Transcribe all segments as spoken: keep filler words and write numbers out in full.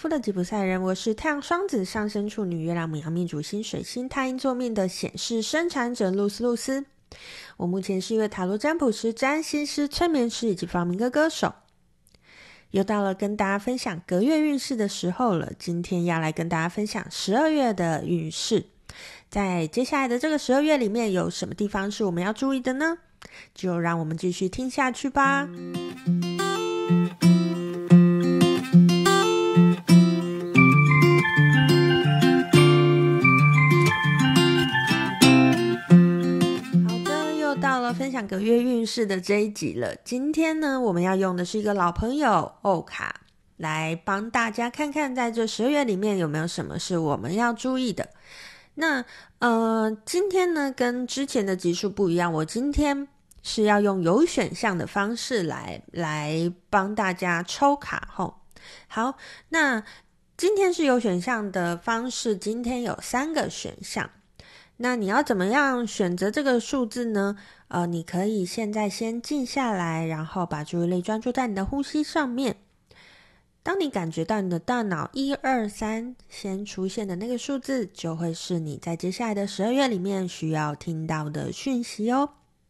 夫的吉普赛人，我是太阳双子上升处女月亮牡羊命主星水星太阴座命的显示生产者露丝露丝。我目前是一位塔罗占卜师、占星师、催眠师以及放民歌歌手。又到了跟大家分享隔月运势的时候了，今天要来跟大家分享十二月的运势。在接下来的这个十二月里面，有什么地方是我们要注意的呢？就让我们继续听下去吧。分享隔月运势的这一集了。今天呢，我们要用的是一个老朋友欧卡，来帮大家看看在这十二月里面有没有什么是我们要注意的。那呃，今天呢跟之前的集数不一样，我今天是要用有选项的方式来来帮大家抽卡吼。好，那今天是有选项的方式，今天有三个选项。那你要怎么样选择这个数字呢？呃，你可以现在先静下来，然后把注意力专注在你的呼吸上面。当你感觉到你的大脑一二三先出现的那个数字，就会是你在接下来的十二月里面需要听到的讯息哦。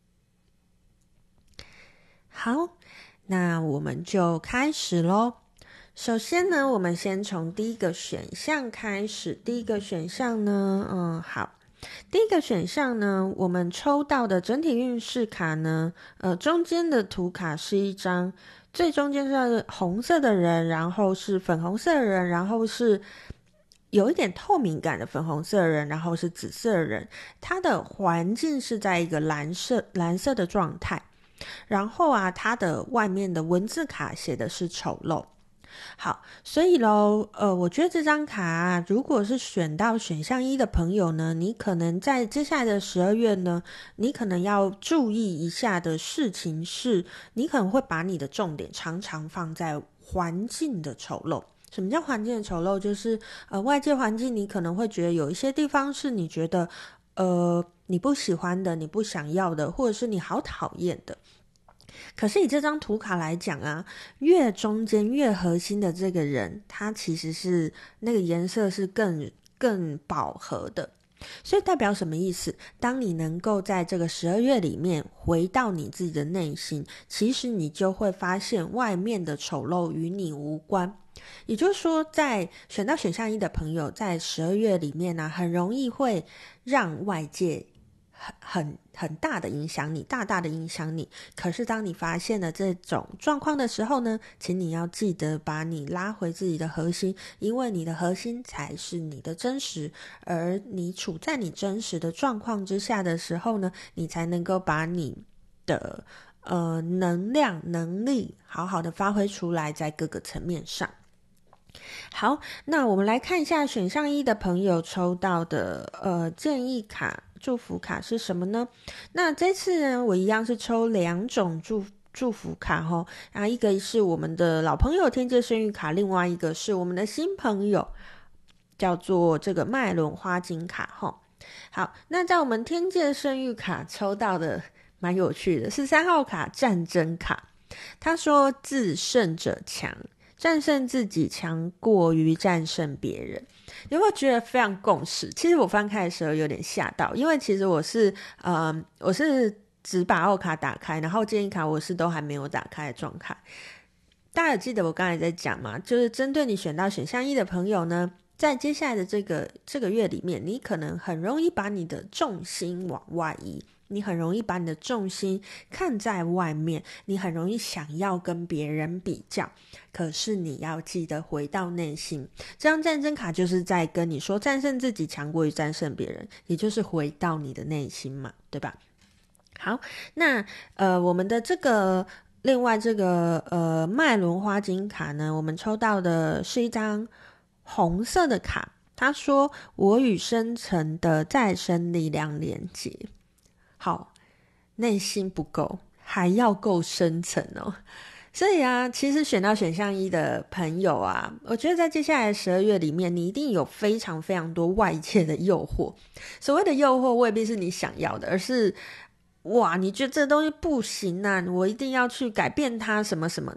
好，那我们就开始咯。首先呢，我们先从第一个选项开始。第一个选项呢，嗯，好。第一个选项呢，我们抽到的整体运势卡呢，呃，中间的图卡是一张，最中间是红色的人，然后是粉红色的人，然后是有一点透明感的粉红色的人，然后是紫色的人，它的环境是在一个蓝色蓝色的状态，然后啊，它的外面的文字卡写的是丑陋。好，所以咯呃，我觉得这张卡啊，如果是选到选项一的朋友呢，你可能在接下来的十二月呢，你可能要注意一下的事情是，你可能会把你的重点常常放在环境的丑陋。什么叫环境的丑陋？就是呃，外界环境你可能会觉得有一些地方是你觉得呃你不喜欢的，你不想要的，或者是你好讨厌的。可是以这张图卡来讲啊，越中间越核心的这个人，他其实是那个颜色是更更饱和的。所以代表什么意思？当你能够在这个十二月里面回到你自己的内心，其实你就会发现外面的丑陋与你无关。也就是说，在选到选项一的朋友，在十二月里面呢、啊，很容易会让外界很很很大的影响你，大大的影响你。可是当你发现了这种状况的时候呢，请你要记得把你拉回自己的核心，因为你的核心才是你的真实，而你处在你真实的状况之下的时候呢，你才能够把你的呃能量能力好好的发挥出来，在各个层面上。好，那我们来看一下选项一的朋友抽到的呃建议卡祝福卡是什么呢？那这次呢，我一样是抽两种祝祝福卡齁，然后一个是我们的老朋友天界圣谕卡，另外一个是我们的新朋友，叫做这个脉轮花精卡齁。好，那在我们天界圣谕卡抽到的蛮有趣的，是三号卡战争卡。他说自胜者强，战胜自己强过于战胜别人。有没有觉得非常共识？其实我翻开的时候有点吓到，因为其实我是呃我是只把奥卡打开，然后建议卡我是都还没有打开的状态。大家有记得我刚才在讲吗？就是针对你选到选项一的朋友呢，在接下来的这个这个月里面，你可能很容易把你的重心往外移，你很容易把你的重心看在外面，你很容易想要跟别人比较，可是你要记得回到内心。这张战争卡就是在跟你说，战胜自己强过于战胜别人，也就是回到你的内心嘛，对吧？好，那呃，我们的这个另外这个呃脉轮花精卡呢，我们抽到的是一张红色的卡，他说我与深层的再生力量连接。好，内心不够，还要够深层哦。所以啊，其实选到选项一的朋友啊，我觉得在接下来的十二月里面，你一定有非常非常多外界的诱惑。所谓的诱惑未必是你想要的，而是哇，你觉得这东西不行啊，我一定要去改变它什么什么的。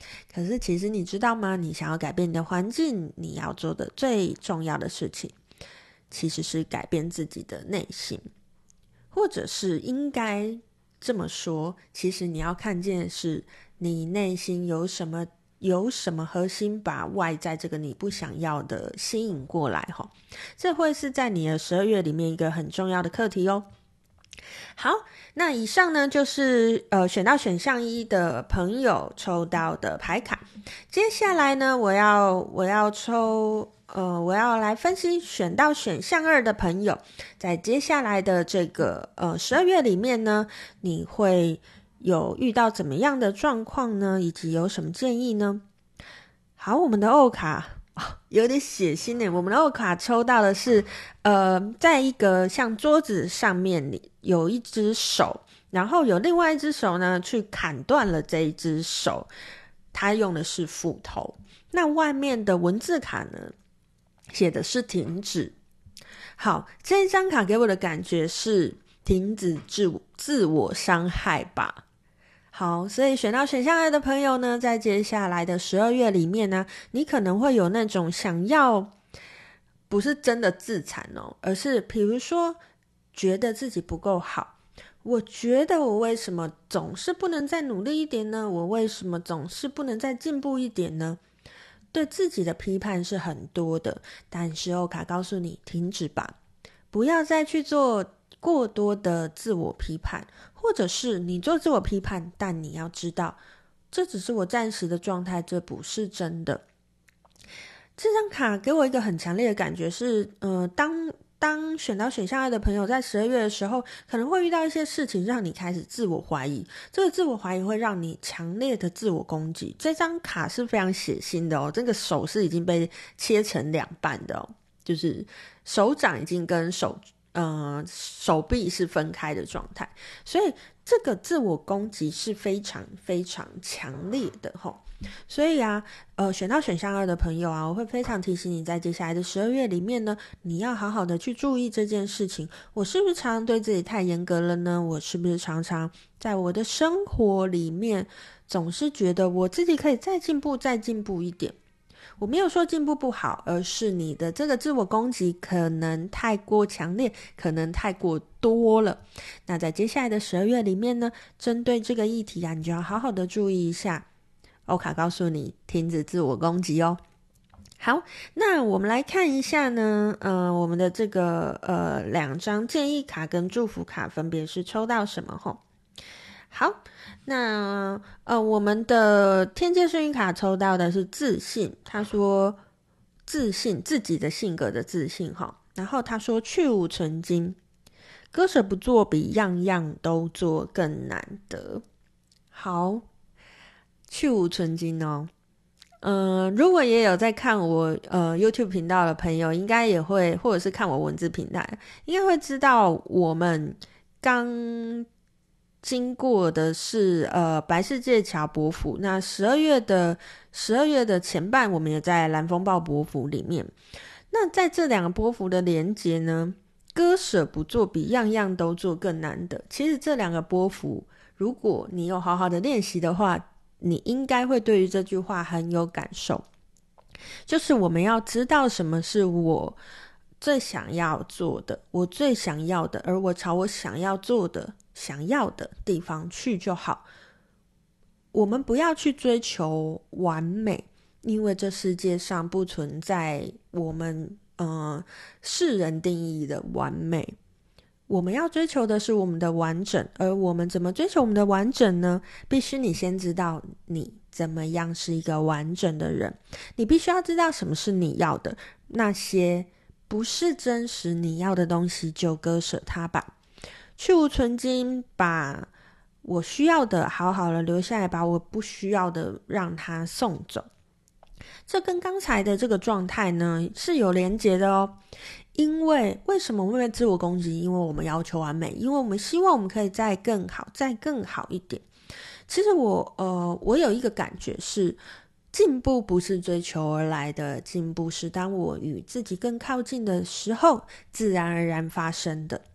可是其实你知道吗？你想要改变你的环境，你要做的最重要的事情，其实是改变自己的内心，或者是应该这么说，其实你要看见的是你内心有什么有什么核心把外在这个你不想要的吸引过来，这会是在你的十二月里面一个很重要的课题哦。好，那以上呢就是呃选到选项一的朋友抽到的牌卡。接下来呢，我要我要抽呃我要来分析选到选项二的朋友，在接下来的这个呃十二月里面呢，你会有遇到怎么样的状况呢？以及有什么建议呢？好，我们的欧卡哦，有点血腥耶。我们的欧卡抽到的是呃，在一个像桌子上面有一只手，然后有另外一只手呢去砍断了这一只手，他用的是斧头。那外面的文字卡呢写的是停止。好，这一张卡给我的感觉是停止自自我伤害吧。好，所以选到选项二的朋友呢，在接下来的十二月里面呢，你可能会有那种想要，不是真的自残哦，而是比如说觉得自己不够好，我觉得我为什么总是不能再努力一点呢？我为什么总是不能再进步一点呢？对自己的批判是很多的，但是欧卡告诉你，停止吧，不要再去做过多的自我批判，或者是你做自我批判，但你要知道这只是我暂时的状态，这不是真的。这张卡给我一个很强烈的感觉是呃，当当选到选项二的朋友在十二月的时候，可能会遇到一些事情让你开始自我怀疑，这个自我怀疑会让你强烈的自我攻击。这张卡是非常血腥的哦，这个手是已经被切成两半的哦，就是手掌已经跟手呃，手臂是分开的状态，所以这个自我攻击是非常非常强烈的吼。所以啊，呃，选到选项二的朋友啊，我会非常提醒你，在接下来的十二月里面呢，你要好好的去注意这件事情。我是不是常常对自己太严格了呢？我是不是常常在我的生活里面总是觉得我自己可以再进步再进步一点？我没有说进步不好，而是你的这个自我攻击可能太过强烈，可能太过多了。那在接下来的十二月里面呢，针对这个议题啊，你就要好好的注意一下。欧卡告诉你，停止自我攻击哦。好，那我们来看一下呢，呃，我们的这个呃两张建议卡跟祝福卡分别是抽到什么吼？好，那呃，我们的天界幸运卡抽到的是自信，他说自信自己的性格的自信哈，然后他说去无存精，割舍不做比样样都做更难得。好，去无存精哦。嗯、呃，如果也有在看我呃 YouTube 频道的朋友，应该也会，或者是看我文字平台，应该会知道我们刚经过的是呃白世界桥伯府，那十二月的十二月的前半，我们也在蓝风暴伯府里面。那在这两个伯府的连结呢，割舍不做比样样都做更难得。其实这两个伯府，如果你有好好的练习的话，你应该会对于这句话很有感受。就是我们要知道什么是我最想要做的，我最想要的，而我朝我想要做的想要的地方去就好。我们不要去追求完美，因为这世界上不存在我们呃世人定义的完美。我们要追求的是我们的完整，而我们怎么追求我们的完整呢？必须你先知道你怎么样是一个完整的人，你必须要知道什么是你要的，那些不是真实你要的东西就割舍它吧。去无存精，把我需要的好好的留下来，把我不需要的让它送走。这跟刚才的这个状态呢是有连结的哦。因为为什么我们会自我攻击？因为我们要求完美，因为我们希望我们可以再更好，再更好一点。其实我呃，我有一个感觉是，进步不是追求而来的，进步是当我与自己更靠近的时候，自然而然发生的。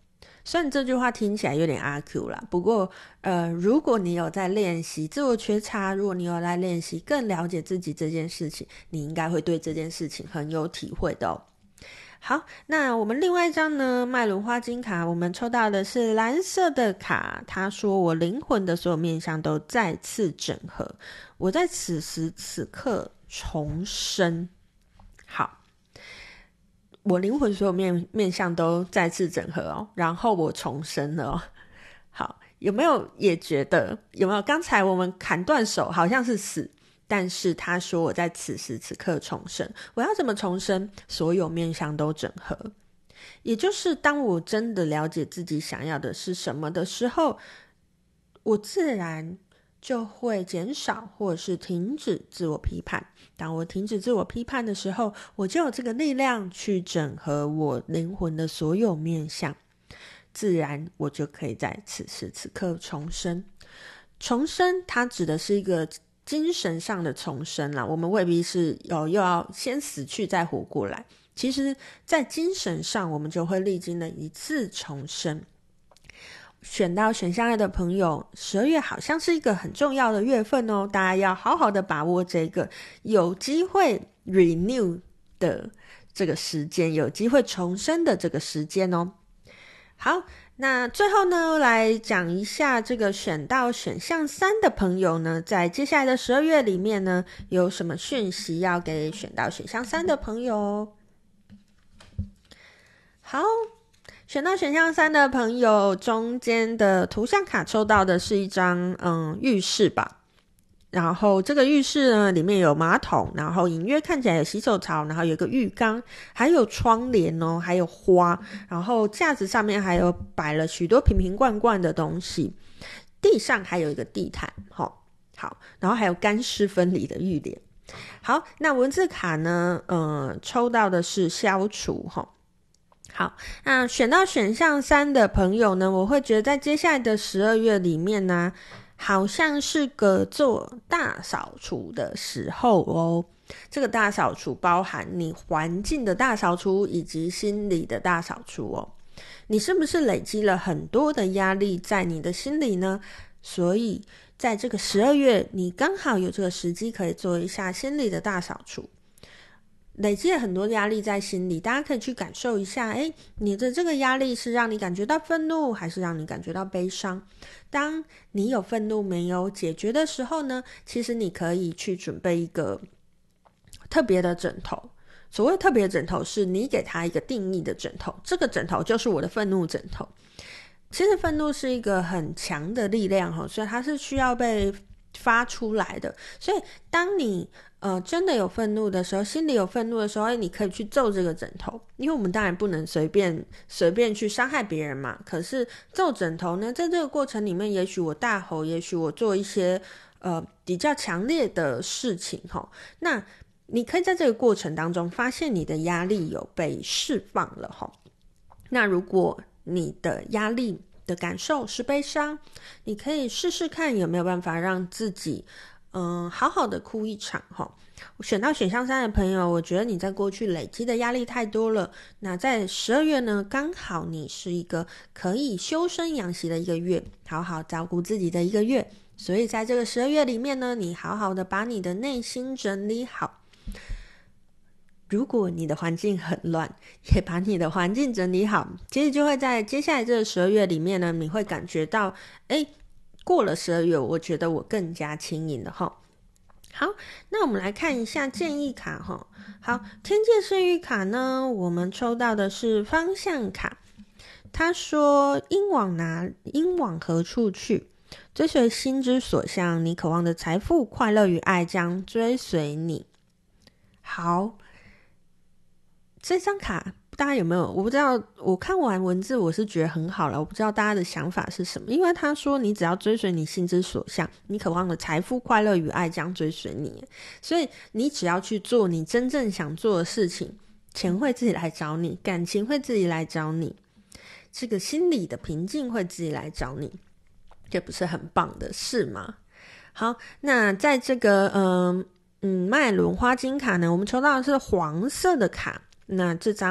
虽然这句话听起来有点阿 Q 啦，不过呃，如果你有在练习自我觉察，如果你有在练习更了解自己这件事情，你应该会对这件事情很有体会的哦。好，那我们另外一张呢，麦伦花精卡，我们抽到的是蓝色的卡。他说我灵魂的所有面向都再次整合，我在此时此刻重生。好，我灵魂所有面面向都再次整合哦，然后我重生了哦。好，有没有也觉得，有没有刚才我们砍断手好像是死，但是他说我在此时此刻重生，我要怎么重生？所有面向都整合，也就是当我真的了解自己想要的是什么的时候，我自然就会减少或者是停止自我批判。当我停止自我批判的时候，我就有这个力量去整合我灵魂的所有面向，自然我就可以在此时此刻重生。重生它指的是一个精神上的重生啦，我们未必是有又要先死去再活过来，其实在精神上我们就会历经了一次重生。选到选项二的朋友，十二月好像是一个很重要的月份哦，大家要好好的把握这个有机会 renew 的这个时间，有机会重生的这个时间哦。好，那最后呢，来讲一下这个选到选项三的朋友呢，在接下来的十二月里面呢，有什么讯息要给选到选项三的朋友？好，选到选项三的朋友，中间的图像卡抽到的是一张嗯浴室吧。然后这个浴室呢，里面有马桶，然后隐约看起来有洗手槽，然后有一个浴缸，还有窗帘哦，还有花，然后架子上面还有摆了许多瓶瓶罐罐的东西，地上还有一个地毯，齁，好，然后还有干湿分离的浴帘。好，那文字卡呢，呃，抽到的是消除，齁。好，那选到选项三的朋友呢，我会觉得在接下来的十二月里面呢，好像是个做大扫除的时候哦。这个大扫除包含你环境的大扫除以及心理的大扫除哦。你是不是累积了很多的压力在你的心里呢？所以在这个十二月，你刚好有这个时机可以做一下心理的大扫除。累积了很多压力在心里，大家可以去感受一下，诶，你的这个压力是让你感觉到愤怒，还是让你感觉到悲伤？当你有愤怒没有解决的时候呢，其实你可以去准备一个特别的枕头。所谓特别的枕头，是你给它一个定义的枕头，这个枕头就是我的愤怒枕头。其实愤怒是一个很强的力量，所以它是需要被发出来的。所以当你呃，真的有愤怒的时候，心里有愤怒的时候，你可以去揍这个枕头，因为我们当然不能随便随便去伤害别人嘛。可是揍枕头呢，在这个过程里面，也许我大吼，也许我做一些呃比较强烈的事情齁，那你可以在这个过程当中发现你的压力有被释放了齁。那如果你的压力的感受是悲伤，你可以试试看有没有办法让自己嗯，好好的哭一场齁。选到选项三的朋友，我觉得你在过去累积的压力太多了。那在十二月呢，刚好你是一个可以修身养息的一个月，好好照顾自己的一个月。所以在这个十二月里面呢，你好好的把你的内心整理好。如果你的环境很乱，也把你的环境整理好，其实就会在接下来这个十二月里面呢，你会感觉到，诶，过了十二月，我觉得我更加轻盈了齁。好，那我们来看一下建议卡齁。好，天界圣域卡呢，我们抽到的是方向卡。他说应往哪应往何处去，追随心之所向，你渴望的财富、快乐与爱将追随你。好，这张卡大家有没有？我不知道，我看完文字我是觉得很好了，我不知道大家的想法是什么。因为他说你只要追随你心之所向，你渴望的财富、快乐与爱将追随你，所以你只要去做你真正想做的事情，钱会自己来找你，感情会自己来找你，这个心理的平静会自己来找你，这不是很棒的事吗？好，那在这个嗯嗯麦伦花金卡呢，我们抽到的是黄色的卡。那这张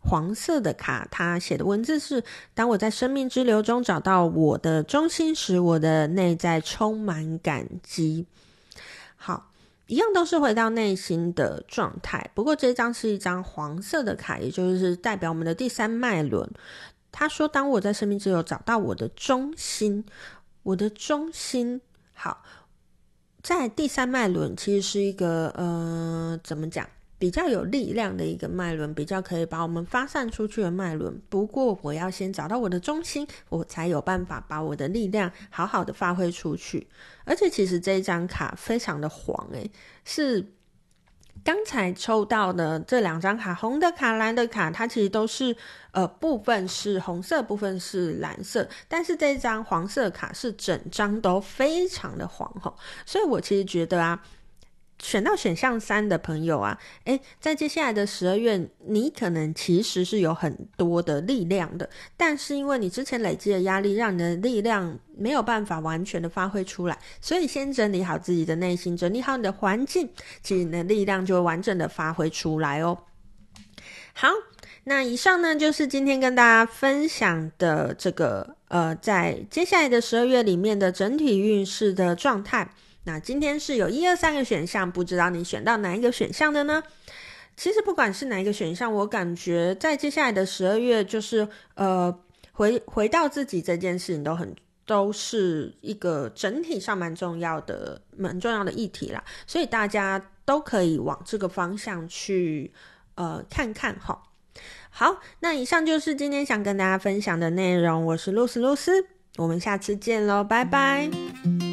黄色的卡，它写的文字是：当我在生命之流中找到我的中心时，我的内在充满感激。好，一样都是回到内心的状态，不过这张是一张黄色的卡，也就是代表我们的第三脉轮。他说当我在生命之流找到我的中心，我的中心，好，在第三脉轮其实是一个呃，怎么讲，比较有力量的一个脉轮，比较可以把我们发散出去的脉轮。不过我要先找到我的中心，我才有办法把我的力量好好的发挥出去。而且其实这一张卡非常的黄诶，是刚才抽到的这两张卡，红的卡蓝的卡，它其实都是呃部分是红色，部分是蓝色，但是这张黄色卡是整张都非常的黄吼。所以我其实觉得啊，选到选项三的朋友啊，诶，在接下来的十二月，你可能其实是有很多的力量的，但是因为你之前累积的压力，让你的力量没有办法完全的发挥出来，所以先整理好自己的内心，整理好你的环境，其实你的力量就会完整的发挥出来哦。好，那以上呢就是今天跟大家分享的这个呃，在接下来的十二月里面的整体运势的状态。那今天是有一二三个选项，不知道你选到哪一个选项的呢？其实不管是哪一个选项，我感觉在接下来的十二月，就是呃回回到自己这件事情都很都是一个整体上蛮重要的蛮重要的议题啦，所以大家都可以往这个方向去呃看看齁。好，那以上就是今天想跟大家分享的内容，我是露丝露丝，我们下次见咯，拜拜。